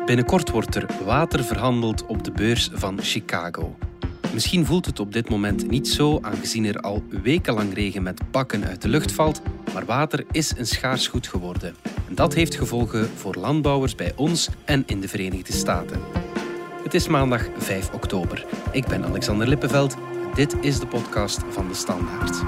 Binnenkort wordt er water verhandeld op de beurs van Chicago. Misschien voelt het op dit moment niet zo, aangezien er al wekenlang regen met bakken uit de lucht valt, maar water is een schaars goed geworden. En dat heeft gevolgen voor landbouwers bij ons en in de Verenigde Staten. Het is maandag 5 oktober. Ik ben Alexander Lippenveld. Dit is de podcast van De Standaard.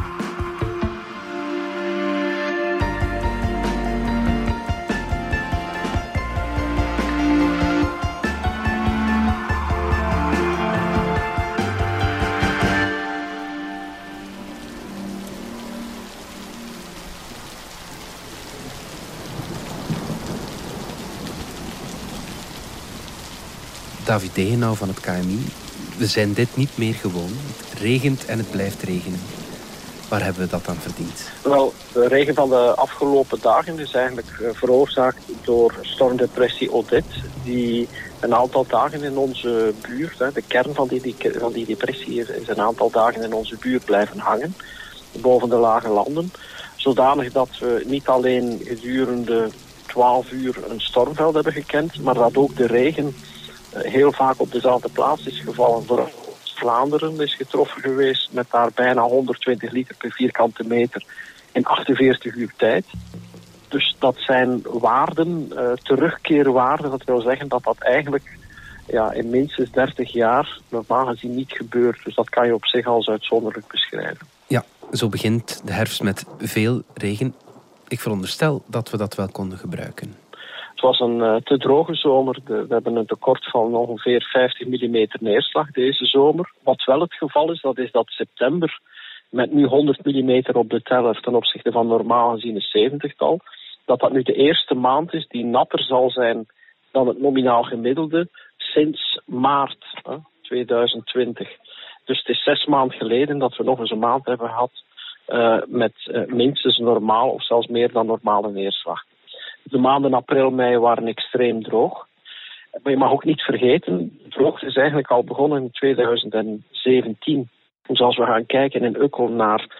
David Degenau van het KMI. We zijn dit niet meer gewoon. Het regent en het blijft regenen. Waar hebben we dat aan verdiend? Wel, de regen van de afgelopen dagen is eigenlijk veroorzaakt door stormdepressie Odette, die een aantal dagen in onze buurt, de kern van die depressie is een aantal dagen in onze buurt blijven hangen, boven de lage landen. Zodanig dat we niet alleen gedurende 12 uur een stormveld hebben gekend, maar dat ook de regen heel vaak op dezelfde plaats is gevallen. Vooral Vlaanderen is getroffen geweest met daar bijna 120 liter per vierkante meter in 48 uur tijd. Dus dat zijn waarden, terugkeerwaarden. Dat wil zeggen dat dat eigenlijk in minstens 30 jaar normaal gezien niet gebeurt. Dus dat kan je op zich als uitzonderlijk beschrijven. Ja, zo begint de herfst met veel regen. Ik veronderstel dat we dat wel konden gebruiken. Het was een te droge zomer. We hebben een tekort van ongeveer 50 mm neerslag deze zomer. Wat wel het geval is, dat september met nu 100 mm op de teller ten opzichte van normaal gezien een 70-tal. Dat nu de eerste maand is die natter zal zijn dan het nominaal gemiddelde sinds maart 2020. Dus het is 6 maanden geleden dat we nog eens een maand hebben gehad met minstens normaal of zelfs meer dan normale neerslag. De maanden april, mei waren extreem droog. Maar je mag ook niet vergeten, de droogte is eigenlijk al begonnen in 2017. Dus als we gaan kijken in Ukkel naar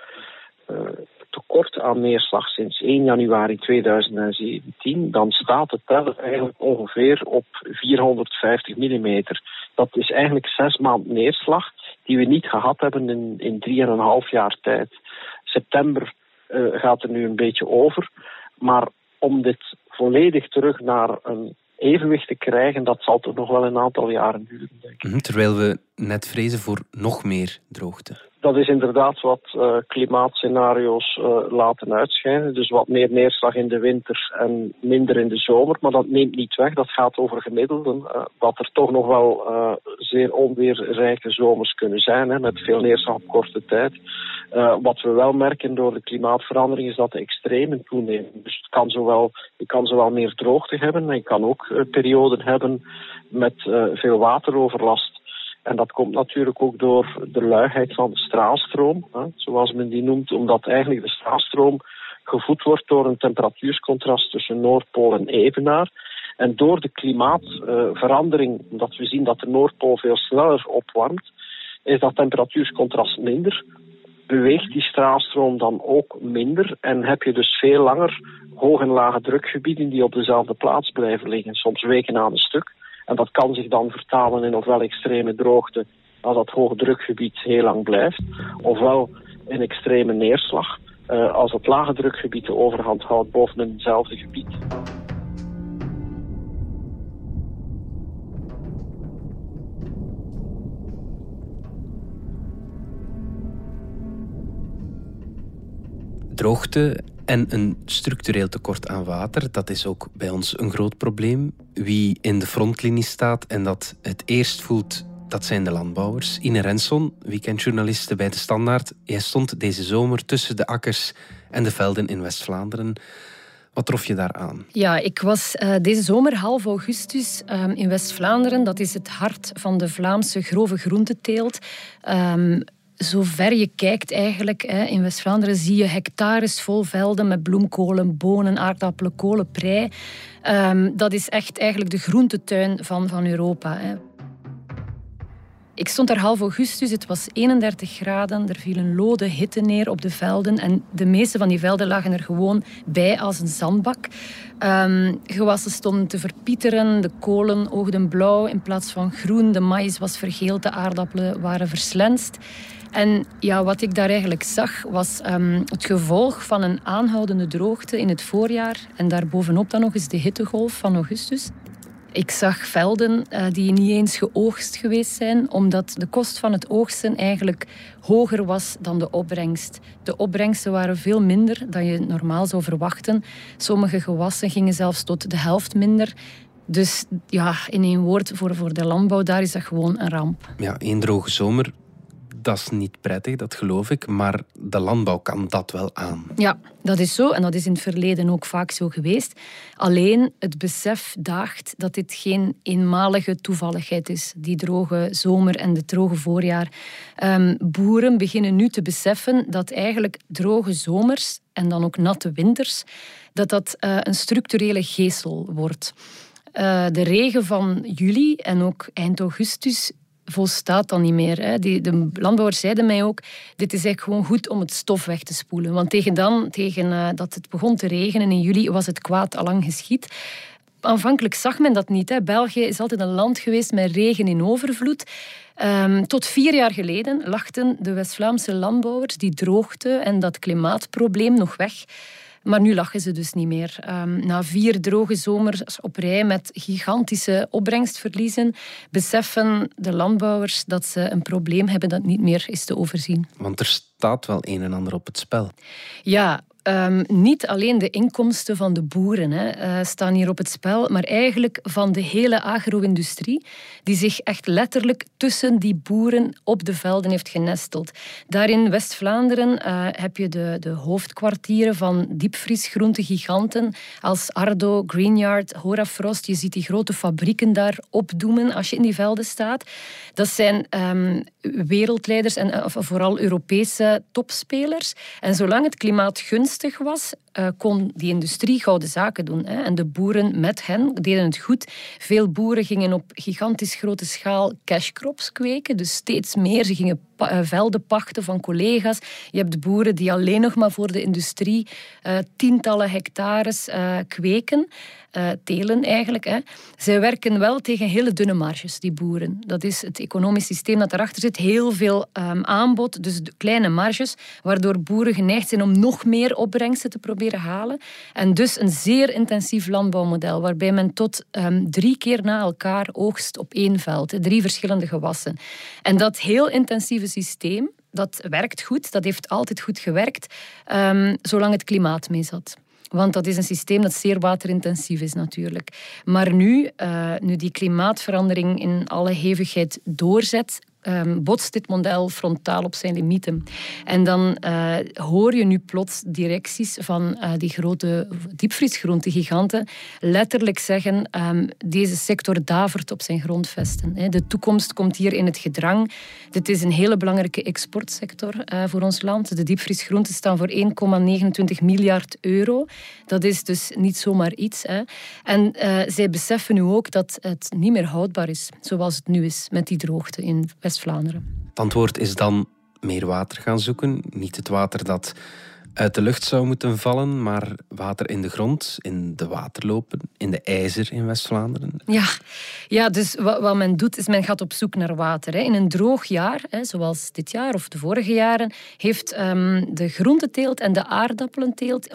tekort aan neerslag sinds 1 januari 2017, dan staat de teller eigenlijk ongeveer op 450 mm. Dat is eigenlijk 6 maanden neerslag die we niet gehad hebben in 3,5 jaar tijd. September gaat er nu een beetje over, maar om dit volledig terug naar een evenwicht te krijgen, dat zal toch nog wel een aantal jaren duren, denk ik. Terwijl we net vrezen voor nog meer droogte. Dat is inderdaad wat klimaatscenario's laten uitschijnen. Dus wat meer neerslag in de winter en minder in de zomer. Maar dat neemt niet weg, dat gaat over gemiddelden. Dat er toch nog wel zeer onweerrijke zomers kunnen zijn, met veel neerslag op korte tijd. Wat we wel merken door de klimaatverandering is dat de extremen toenemen. Dus je kan zowel meer droogte hebben, en je kan ook perioden hebben met veel wateroverlast. En dat komt natuurlijk ook door de luiheid van de straalstroom, zoals men die noemt, omdat eigenlijk de straalstroom gevoed wordt door een temperatuurscontrast tussen Noordpool en evenaar. En door de klimaatverandering, omdat we zien dat de Noordpool veel sneller opwarmt, is dat temperatuurscontrast minder. Beweegt die straalstroom dan ook minder en heb je dus veel langer hoge en lage drukgebieden die op dezelfde plaats blijven liggen, soms weken aan een stuk. En dat kan zich dan vertalen in ofwel extreme droogte als dat hoge drukgebied heel lang blijft, ofwel in extreme neerslag als het lage drukgebied de overhand houdt boven eenzelfde gebied. Droogte en een structureel tekort aan water, dat is ook bij ons een groot probleem. Wie in de frontlinie staat en dat het eerst voelt, dat zijn de landbouwers. Ine Renson, weekendjournaliste bij De Standaard. Jij stond deze zomer tussen de akkers en de velden in West-Vlaanderen. Wat trof je daar aan? Ja, ik was deze zomer half augustus in West-Vlaanderen. Dat is het hart van de Vlaamse grove groenteteelt. Zover je kijkt eigenlijk, in West-Vlaanderen zie je hectares vol velden met bloemkolen, bonen, aardappelen, kolen, prei. Dat is echt eigenlijk de groentetuin van Europa. Ik stond daar half augustus, het was 31 graden, er viel een lode hitte neer op de velden en de meeste van die velden lagen er gewoon bij als een zandbak. Gewassen stonden te verpieteren, de kolen oogden blauw in plaats van groen, de maïs was vergeeld, de aardappelen waren verslenst. En ja, wat ik daar eigenlijk zag was het gevolg van een aanhoudende droogte in het voorjaar en daarbovenop dan nog eens de hittegolf van augustus. Ik zag velden die niet eens geoogst geweest zijn, omdat de kost van het oogsten eigenlijk hoger was dan de opbrengst. De opbrengsten waren veel minder dan je normaal zou verwachten. Sommige gewassen gingen zelfs tot de helft minder. Dus ja, in één woord, voor de landbouw, daar is dat gewoon een ramp. Ja, één droge zomer, dat is niet prettig, dat geloof ik. Maar de landbouw kan dat wel aan. Ja, dat is zo. En dat is in het verleden ook vaak zo geweest. Alleen het besef daagt dat dit geen eenmalige toevalligheid is. Die droge zomer en het droge voorjaar. Boeren beginnen nu te beseffen dat eigenlijk droge zomers en dan ook natte winters, dat een structurele geesel wordt. De regen van juli en ook eind augustus volstaat dan niet meer. Hè. De landbouwers zeiden mij ook, dit is eigenlijk gewoon goed om het stof weg te spoelen. Want tegen dat het begon te regenen in juli, was het kwaad allang geschied. Aanvankelijk zag men dat niet. Hè. België is altijd een land geweest met regen in overvloed. Tot 4 jaar geleden lachten de West-Vlaamse landbouwers die droogte en dat klimaatprobleem nog weg. Maar nu lachen ze dus niet meer. Na 4 droge zomers op rij met gigantische opbrengstverliezen beseffen de landbouwers dat ze een probleem hebben dat niet meer is te overzien. Want er staat wel een en ander op het spel. Ja, niet alleen de inkomsten van de boeren staan hier op het spel, maar eigenlijk van de hele agro-industrie die zich echt letterlijk tussen die boeren op de velden heeft genesteld. Daar in West-Vlaanderen heb je de hoofdkwartieren van diepvriesgroentegiganten als Ardo, Greenyard, Horafrost. Je ziet die grote fabrieken daar opdoemen als je in die velden staat. Dat zijn wereldleiders en vooral Europese topspelers. En zolang het klimaat gunstig was, kon die industrie gouden zaken doen. En de boeren met hen deden het goed. Veel boeren gingen op gigantisch grote schaal cashcrops kweken. Dus steeds meer. Ze gingen velden pachten van collega's. Je hebt boeren die alleen nog maar voor de industrie tientallen hectares kweken. Telen eigenlijk. Hè. Zij werken wel tegen hele dunne marges, die boeren. Dat is het economisch systeem dat daarachter zit. Heel veel aanbod, dus kleine marges, waardoor boeren geneigd zijn om nog meer opbrengsten te proberen halen. En dus een zeer intensief landbouwmodel, waarbij men tot 3 keer na elkaar oogst op 1 veld. 3 verschillende gewassen. En dat heel intensieve systeem, dat werkt goed, dat heeft altijd goed gewerkt, zolang het klimaat mee zat. Want dat is een systeem dat zeer waterintensief is natuurlijk. Maar nu die klimaatverandering in alle hevigheid doorzet, botst dit model frontaal op zijn limieten. En dan hoor je nu plots directies van die grote diepvriesgroentegiganten letterlijk zeggen, deze sector davert op zijn grondvesten. De toekomst komt hier in het gedrang. Dit is een hele belangrijke exportsector voor ons land. De diepvriesgroenten staan voor 1,29 miljard euro. Dat is dus niet zomaar iets. Hè. En zij beseffen nu ook dat het niet meer houdbaar is, zoals het nu is met die droogte in West-Vlaanderen. Het antwoord is dan meer water gaan zoeken. Niet het water dat uit de lucht zou moeten vallen, maar water in de grond, in de waterlopen, in de IJzer in West-Vlaanderen. Ja, dus wat men doet, is men gaat op zoek naar water. In een droog jaar, zoals dit jaar of de vorige jaren, heeft de groenteteelt en de aardappelenteelt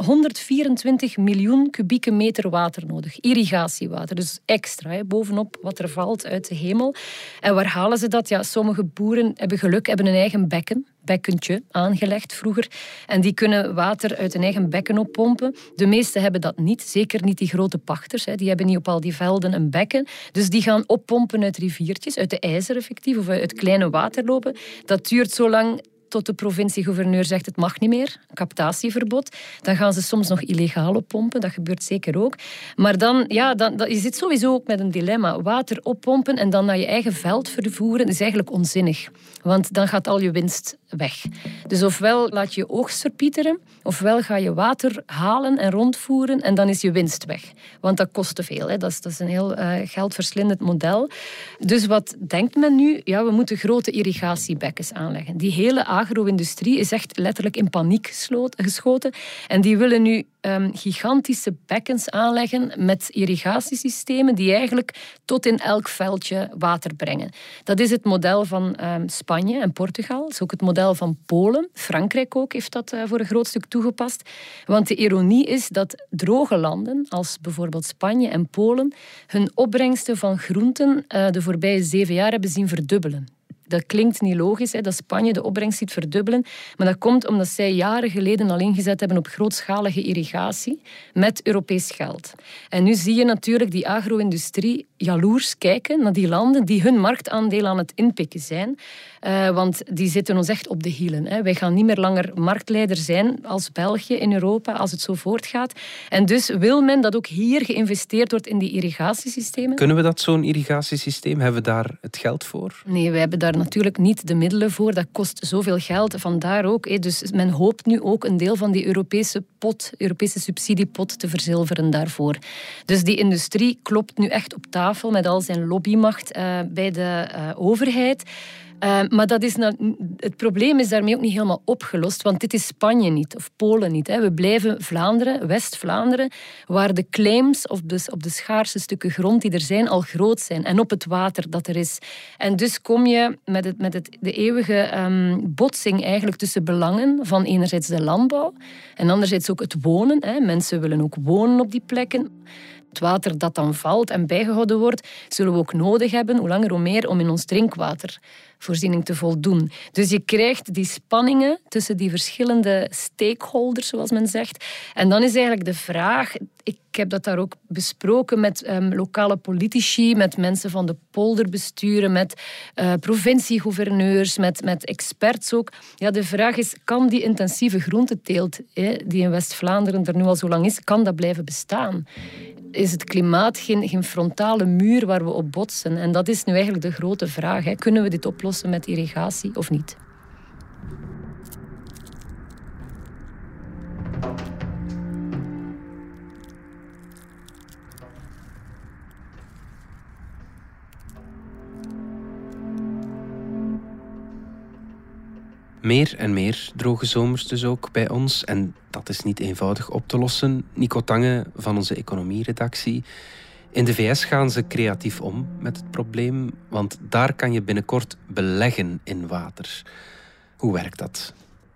124 miljoen kubieke meter water nodig. Irrigatiewater, dus extra, bovenop wat er valt uit de hemel. En waar halen ze dat? Ja, sommige boeren hebben geluk, hebben een eigen bekkentje aangelegd vroeger. En die kunnen water uit hun eigen bekken oppompen. De meesten hebben dat niet. Zeker niet die grote pachters. Die hebben niet op al die velden een bekken. Dus die gaan oppompen uit riviertjes, uit de IJzer effectief, of uit kleine waterlopen. Dat duurt zo lang tot de provinciegouverneur zegt het mag niet meer, captatieverbod. Dan gaan ze soms nog illegaal oppompen, dat gebeurt zeker ook. Maar dan je zit sowieso ook met een dilemma. Water oppompen en dan naar je eigen veld vervoeren is eigenlijk onzinnig. Want dan gaat al je winst weg. Dus ofwel laat je je oogst verpieteren, ofwel ga je water halen en rondvoeren en dan is je winst weg. Want dat kost te veel. Hè. Dat is een heel geldverslindend model. Dus wat denkt men nu? Ja, we moeten grote irrigatiebekkens aanleggen. Die hele agro-industrie is echt letterlijk in paniek geschoten. En die willen nu gigantische bekkens aanleggen met irrigatiesystemen die eigenlijk tot in elk veldje water brengen. Dat is het model van Spanje en Portugal. Dat is ook het model van Polen. Frankrijk ook heeft dat voor een groot stuk toegepast. Want de ironie is dat droge landen, als bijvoorbeeld Spanje en Polen, hun opbrengsten van groenten de voorbije 7 jaar hebben zien verdubbelen. Dat klinkt niet logisch, hè, dat Spanje de opbrengst ziet verdubbelen. Maar dat komt omdat zij jaren geleden al ingezet hebben op grootschalige irrigatie met Europees geld. En nu zie je natuurlijk die agro-industrie jaloers kijken naar die landen die hun marktaandeel aan het inpikken zijn. Want die zitten ons echt op de hielen. Hè. Wij gaan niet meer langer marktleider zijn als België in Europa als het zo voortgaat. En dus wil men dat ook hier geïnvesteerd wordt in die irrigatiesystemen. Kunnen we dat, zo'n irrigatiesysteem? Hebben we daar het geld voor? Nee, wij hebben daar natuurlijk niet de middelen voor. Dat kost zoveel geld. Vandaar ook. Dus men hoopt nu ook een deel van die Europese subsidiepot te verzilveren daarvoor. Dus die industrie klopt nu echt op tafel met al zijn lobbymacht bij de overheid. Maar het probleem is daarmee ook niet helemaal opgelost, want dit is Spanje niet, of Polen niet. Hè. We blijven Vlaanderen, West-Vlaanderen, waar de claims op de schaarse stukken grond die er zijn al groot zijn en op het water dat er is. En dus kom je met de eeuwige botsing eigenlijk tussen belangen van enerzijds de landbouw en anderzijds ook het wonen. Hè. Mensen willen ook wonen op die plekken. Het water dat dan valt en bijgehouden wordt, zullen we ook nodig hebben, hoe langer hoe meer, om in ons drinkwatervoorziening te voldoen. Dus je krijgt die spanningen tussen die verschillende stakeholders, zoals men zegt. En dan is eigenlijk de vraag, ik heb dat daar ook besproken met lokale politici, met mensen van de polderbesturen, met provinciegouverneurs, met experts ook. Ja, de vraag is, kan die intensieve groenteteelt, die in West-Vlaanderen er nu al zo lang is, kan dat blijven bestaan? Is het klimaat geen frontale muur waar we op botsen? En dat is nu eigenlijk de grote vraag. Hè. Kunnen we dit oplossen met irrigatie of niet? Meer en meer droge zomers dus ook bij ons. En dat is niet eenvoudig op te lossen. Nico Tange van onze economieredactie. In de VS gaan ze creatief om met het probleem, want daar kan je binnenkort beleggen in water. Hoe werkt dat?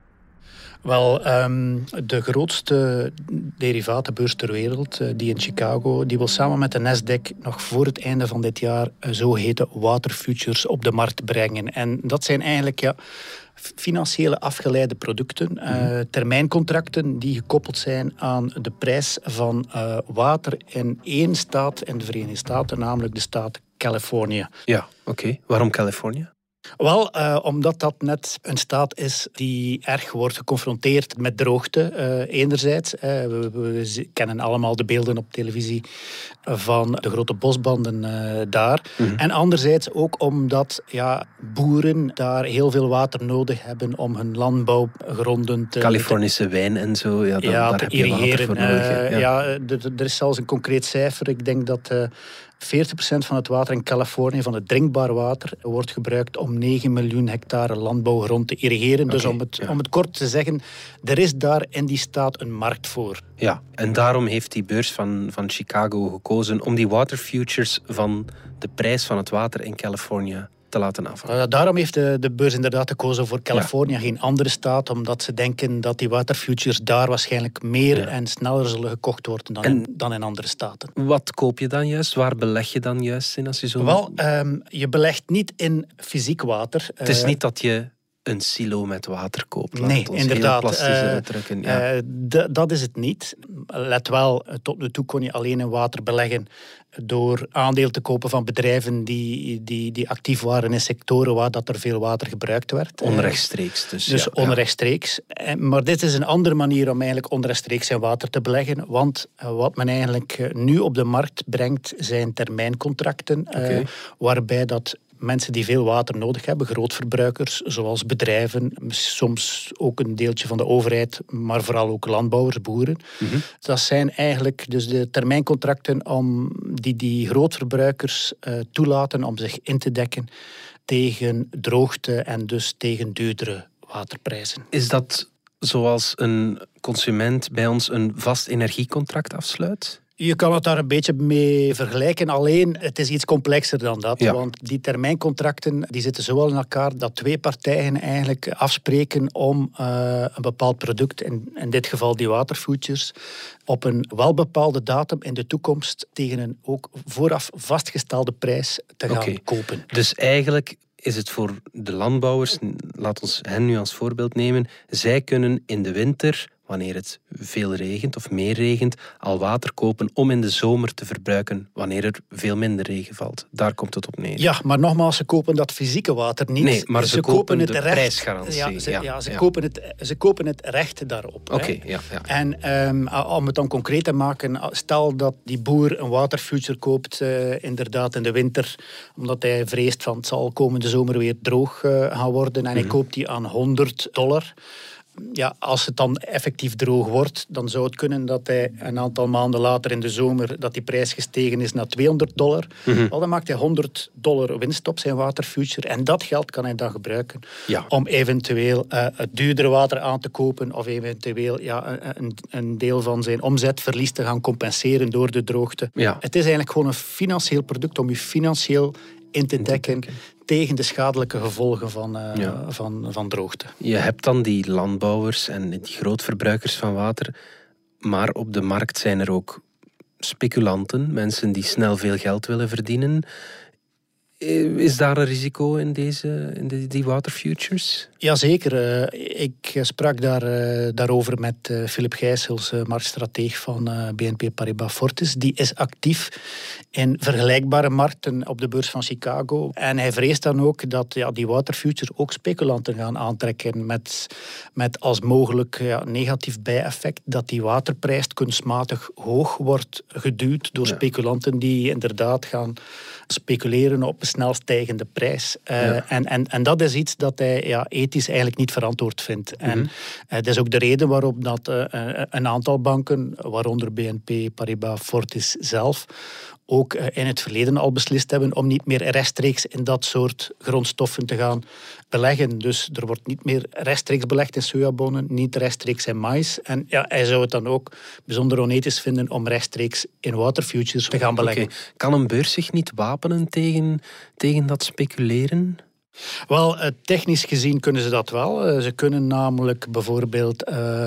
Wel, de grootste derivatenbeurs ter wereld, die in Chicago, die wil samen met de Nasdaq nog voor het einde van dit jaar zogeheten waterfutures op de markt brengen. En dat zijn eigenlijk financiële afgeleide producten, termijncontracten die gekoppeld zijn aan de prijs van water in één staat in de Verenigde Staten, namelijk de staat Californië. Ja, oké. Waarom Californië? Wel, omdat dat net een staat is die erg wordt geconfronteerd met droogte. Enerzijds, we kennen allemaal de beelden op televisie van de grote bosbranden daar. Mm-hmm. En anderzijds ook omdat boeren daar heel veel water nodig hebben om hun landbouwgronden te... Californische wijn en zo, daar heb je water voor nodig. Er is zelfs een concreet cijfer. Ik denk dat 40% van het water in Californië, van het drinkbaar water, wordt gebruikt om 9 miljoen hectare landbouwgrond te irrigeren. Dus om het kort te zeggen, er is daar in die staat een markt voor. Ja, en daarom heeft die beurs van Chicago gekozen om die waterfutures van de prijs van het water in Californië te laten afhangen. Daarom heeft de beurs inderdaad gekozen voor Californië, geen andere staat, omdat ze denken dat die waterfutures daar waarschijnlijk meer en sneller zullen gekocht worden dan in andere staten. Wat koop je dan juist? Waar beleg je dan juist in als je zo... Wel, je belegt niet in fysiek water. Het is niet dat je een silo met water koopt. Nee, inderdaad. Plastisch uitdrukken. Ja. Dat is het niet. Let wel, tot nu toe kon je alleen in water beleggen door aandeel te kopen van bedrijven die actief waren in sectoren waar dat er veel water gebruikt werd. Onrechtstreeks dus. Dus onrechtstreeks. Maar dit is een andere manier om eigenlijk onrechtstreeks in water te beleggen. Want wat men eigenlijk nu op de markt brengt zijn termijncontracten. Waarbij dat mensen die veel water nodig hebben, grootverbruikers, zoals bedrijven, soms ook een deeltje van de overheid, maar vooral ook landbouwers, boeren. Mm-hmm. Dat zijn eigenlijk dus de termijncontracten die grootverbruikers toelaten om zich in te dekken tegen droogte en dus tegen duurdere waterprijzen. Is dat zoals een consument bij ons een vast energiecontract afsluit? Je kan het daar een beetje mee vergelijken, alleen het is iets complexer dan dat. Ja. Want die termijncontracten die zitten zo in elkaar dat twee partijen eigenlijk afspreken om een bepaald product, in dit geval die waterfutures, op een welbepaalde datum in de toekomst tegen een ook vooraf vastgestelde prijs te gaan kopen. Dus eigenlijk is het voor de landbouwers, laat ons hen nu als voorbeeld nemen, zij kunnen in de winter, wanneer het veel regent of meer regent, al water kopen om in de zomer te verbruiken wanneer er veel minder regen valt. Daar komt het op neer. Ja, maar nogmaals, ze kopen dat fysieke water niet. Nee, maar ze kopen het de recht. Prijsgarantie. Ze kopen het recht daarop. Oké. En om het dan concreet te maken, stel dat die boer een waterfuture koopt, inderdaad in de winter, omdat hij vreest van het zal komende zomer weer droog gaan worden, en hij koopt die aan $100. Ja, als het dan effectief droog wordt, dan zou het kunnen dat hij een aantal maanden later in de zomer dat die prijs gestegen is naar $200. Wel, dan maakt hij $100 winst op zijn waterfuture en dat geld kan hij dan gebruiken om eventueel het duurdere water aan te kopen of eventueel een deel van zijn omzetverlies te gaan compenseren door de droogte. Ja. Het is eigenlijk gewoon een financieel product om je financieel in te dekken tegen de schadelijke gevolgen van droogte. Je hebt dan die landbouwers en die grootverbruikers van water, maar op de markt zijn er ook speculanten, mensen die snel veel geld willen verdienen. Is daar een risico in die waterfutures? Jazeker. Ik sprak daarover met Philip Gijsels, marktstrateeg van BNP Paribas Fortis. Die is actief in vergelijkbare markten op de beurs van Chicago. En hij vreest dan ook dat die waterfutures ook speculanten gaan aantrekken met als mogelijk negatief bijeffect dat die waterprijs kunstmatig hoog wordt geduwd door speculanten die inderdaad gaan speculeren op een snel stijgende prijs. En dat is iets dat hij ethisch eigenlijk niet verantwoord vindt. En dat is ook de reden waarop dat een aantal banken, waaronder BNP Paribas Fortis zelf, ook in het verleden al beslist hebben om niet meer rechtstreeks in dat soort grondstoffen te gaan beleggen. Dus er wordt niet meer rechtstreeks belegd in sojabonen, niet rechtstreeks in maïs. En hij zou het dan ook bijzonder onethisch vinden om rechtstreeks in waterfutures te gaan beleggen. Kan een beurs zich niet wapenen tegen dat speculeren? Wel, technisch gezien kunnen ze dat wel. Ze kunnen namelijk bijvoorbeeld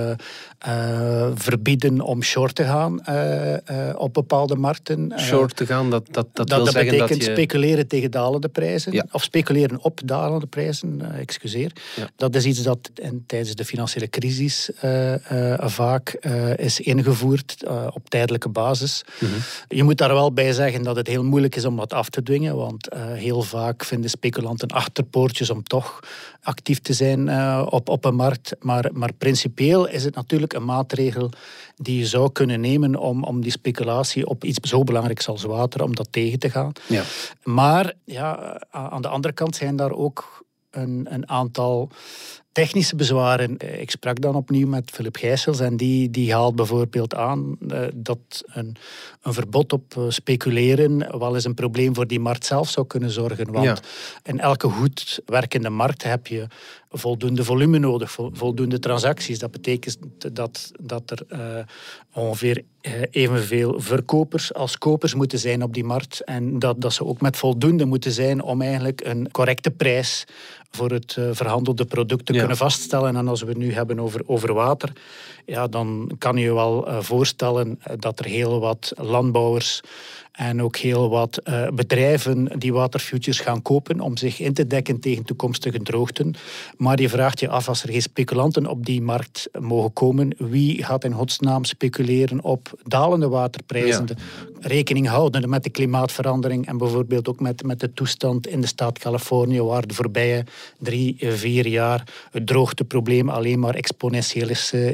verbieden om short te gaan op bepaalde markten. Short te gaan, dat wil zeggen betekent dat je speculeren tegen dalende prijzen. Of speculeren op dalende prijzen, excuseer. Ja. Dat is iets dat tijdens de financiële crisis vaak is ingevoerd op tijdelijke basis. Je moet daar wel bij zeggen dat het heel moeilijk is om dat af te dwingen, want heel vaak vinden speculanten achterpoortjes om toch actief te zijn op een markt. Maar principieel is het natuurlijk een maatregel die je zou kunnen nemen om die speculatie op iets zo belangrijks als water, om dat tegen te gaan. Ja. Maar aan de andere kant zijn daar ook een aantal technische bezwaren. Ik sprak dan opnieuw met Philip Gijsels en die haalt bijvoorbeeld aan dat een verbod op speculeren wel eens een probleem voor die markt zelf zou kunnen zorgen. Want in elke goed werkende markt heb je voldoende volume nodig, voldoende transacties. Dat betekent dat er ongeveer evenveel verkopers als kopers moeten zijn op die markt en dat ze ook met voldoende moeten zijn om eigenlijk een correcte prijs voor het verhandelde product te kunnen vaststellen. En als we het nu hebben over water, dan kan je wel voorstellen dat er heel wat landbouwers en ook heel wat bedrijven die waterfutures gaan kopen om zich in te dekken tegen toekomstige droogten. Maar je vraagt je af, als er geen speculanten op die markt mogen komen, wie gaat in godsnaam speculeren op dalende waterprijzen? Rekening houden met de klimaatverandering en bijvoorbeeld ook met de toestand in de staat Californië, waar de voorbije 3-4 jaar het droogteprobleem alleen maar exponentieel is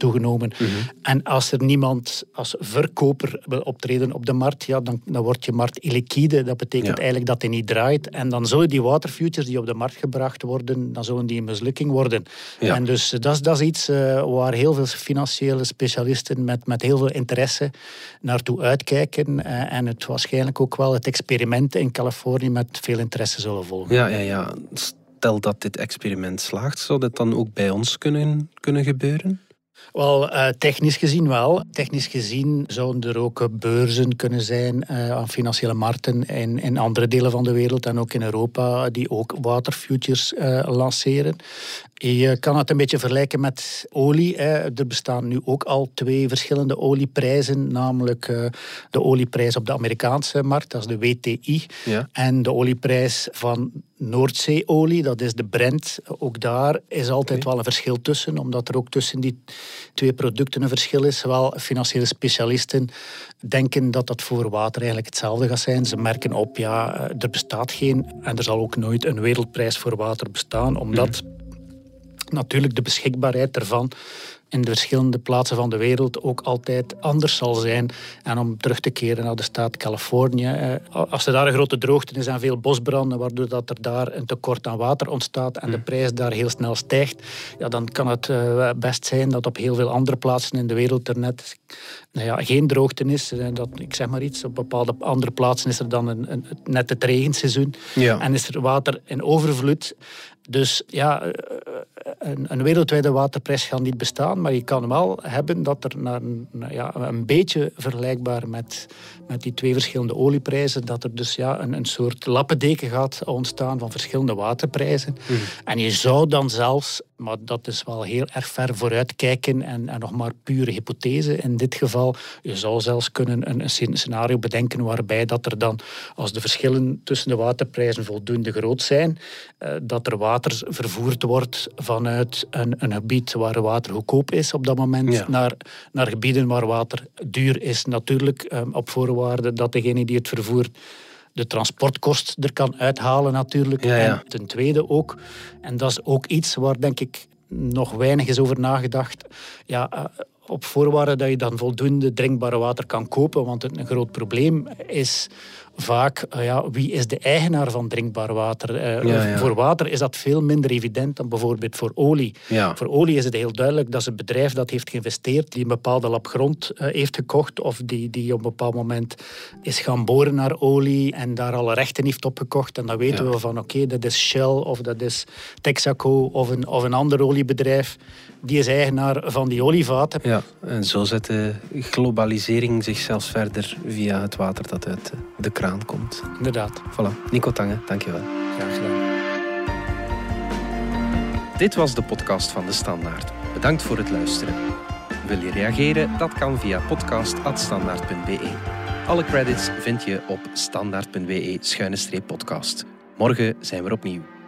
toegenomen. En als er niemand als verkoper wil optreden op de markt, ja, dan wordt je markt illiquide. Dat betekent eigenlijk dat hij niet draait. En dan zullen die waterfutures die op de markt gebracht worden, dan zullen die een mislukking worden. Ja. En dus dat is iets waar heel veel financiële specialisten met heel veel interesse naartoe uitkijken. En het waarschijnlijk ook wel het experiment in Californië met veel interesse zullen volgen. Ja. Stel dat dit experiment slaagt, zou dat dan ook bij ons kunnen gebeuren? Wel, technisch gezien wel. Technisch gezien zouden er ook beurzen kunnen zijn aan financiële markten in andere delen van de wereld en ook in Europa die ook waterfutures lanceren. Je kan het een beetje vergelijken met olie. Er bestaan nu ook al 2 verschillende olieprijzen, namelijk de olieprijs op de Amerikaanse markt, dat is de WTI, en de olieprijs van Noordzeeolie, dat is de Brent. Ook daar is altijd wel een verschil tussen, omdat er ook tussen die 2 producten een verschil is. Wel, financiële specialisten denken dat dat voor water eigenlijk hetzelfde gaat zijn. Ze merken op, er bestaat geen, en er zal ook nooit een wereldprijs voor water bestaan, omdat natuurlijk de beschikbaarheid ervan in de verschillende plaatsen van de wereld ook altijd anders zal zijn. En om terug te keren naar de staat Californië, als er daar een grote droogte is en veel bosbranden, waardoor dat er daar een tekort aan water ontstaat en de prijs daar heel snel stijgt, dan kan het best zijn dat op heel veel andere plaatsen in de wereld er net geen droogte is. Ik zeg maar iets, op bepaalde andere plaatsen is er dan net het regenseizoen en is er water in overvloed. Dus een wereldwijde waterprijs gaat niet bestaan, maar je kan wel hebben dat er een beetje vergelijkbaar met die 2 verschillende olieprijzen, dat er dus een soort lappendeken gaat ontstaan van verschillende waterprijzen. En je zou dan zelfs, maar dat is wel heel erg ver vooruit kijken en nog maar pure hypothese in dit geval, je zou zelfs kunnen een scenario bedenken waarbij dat er dan, als de verschillen tussen de waterprijzen voldoende groot zijn, dat er water vervoerd wordt vanuit een gebied waar water goedkoop is op dat moment naar gebieden waar water duur is. Natuurlijk op voorwaarde dat degene die het vervoert de transportkost er kan uithalen natuurlijk. En ten tweede ook, en dat is ook iets waar denk ik nog weinig is over nagedacht, op voorwaarde dat je dan voldoende drinkbare water kan kopen, want een groot probleem is vaak, wie is de eigenaar van drinkbaar water? Voor water is dat veel minder evident dan bijvoorbeeld voor olie. Voor olie is het heel duidelijk dat is een bedrijf dat heeft geïnvesteerd, die een bepaalde lap grond heeft gekocht of die op een bepaald moment is gaan boren naar olie en daar alle rechten heeft opgekocht. En dan weten we van oké, dat is Shell of dat is Texaco of een ander oliebedrijf. Die is eigenaar van die olievaten. Ja, en zo zet de globalisering zich zelfs verder via het water dat uit de kraan komt. Inderdaad. Voilà. Nico Tange, dankjewel. Graag gedaan. Dit was de podcast van De Standaard. Bedankt voor het luisteren. Wil je reageren? Dat kan via podcast@standaard.be. Alle credits vind je op standaard.be/podcast. Morgen zijn we opnieuw.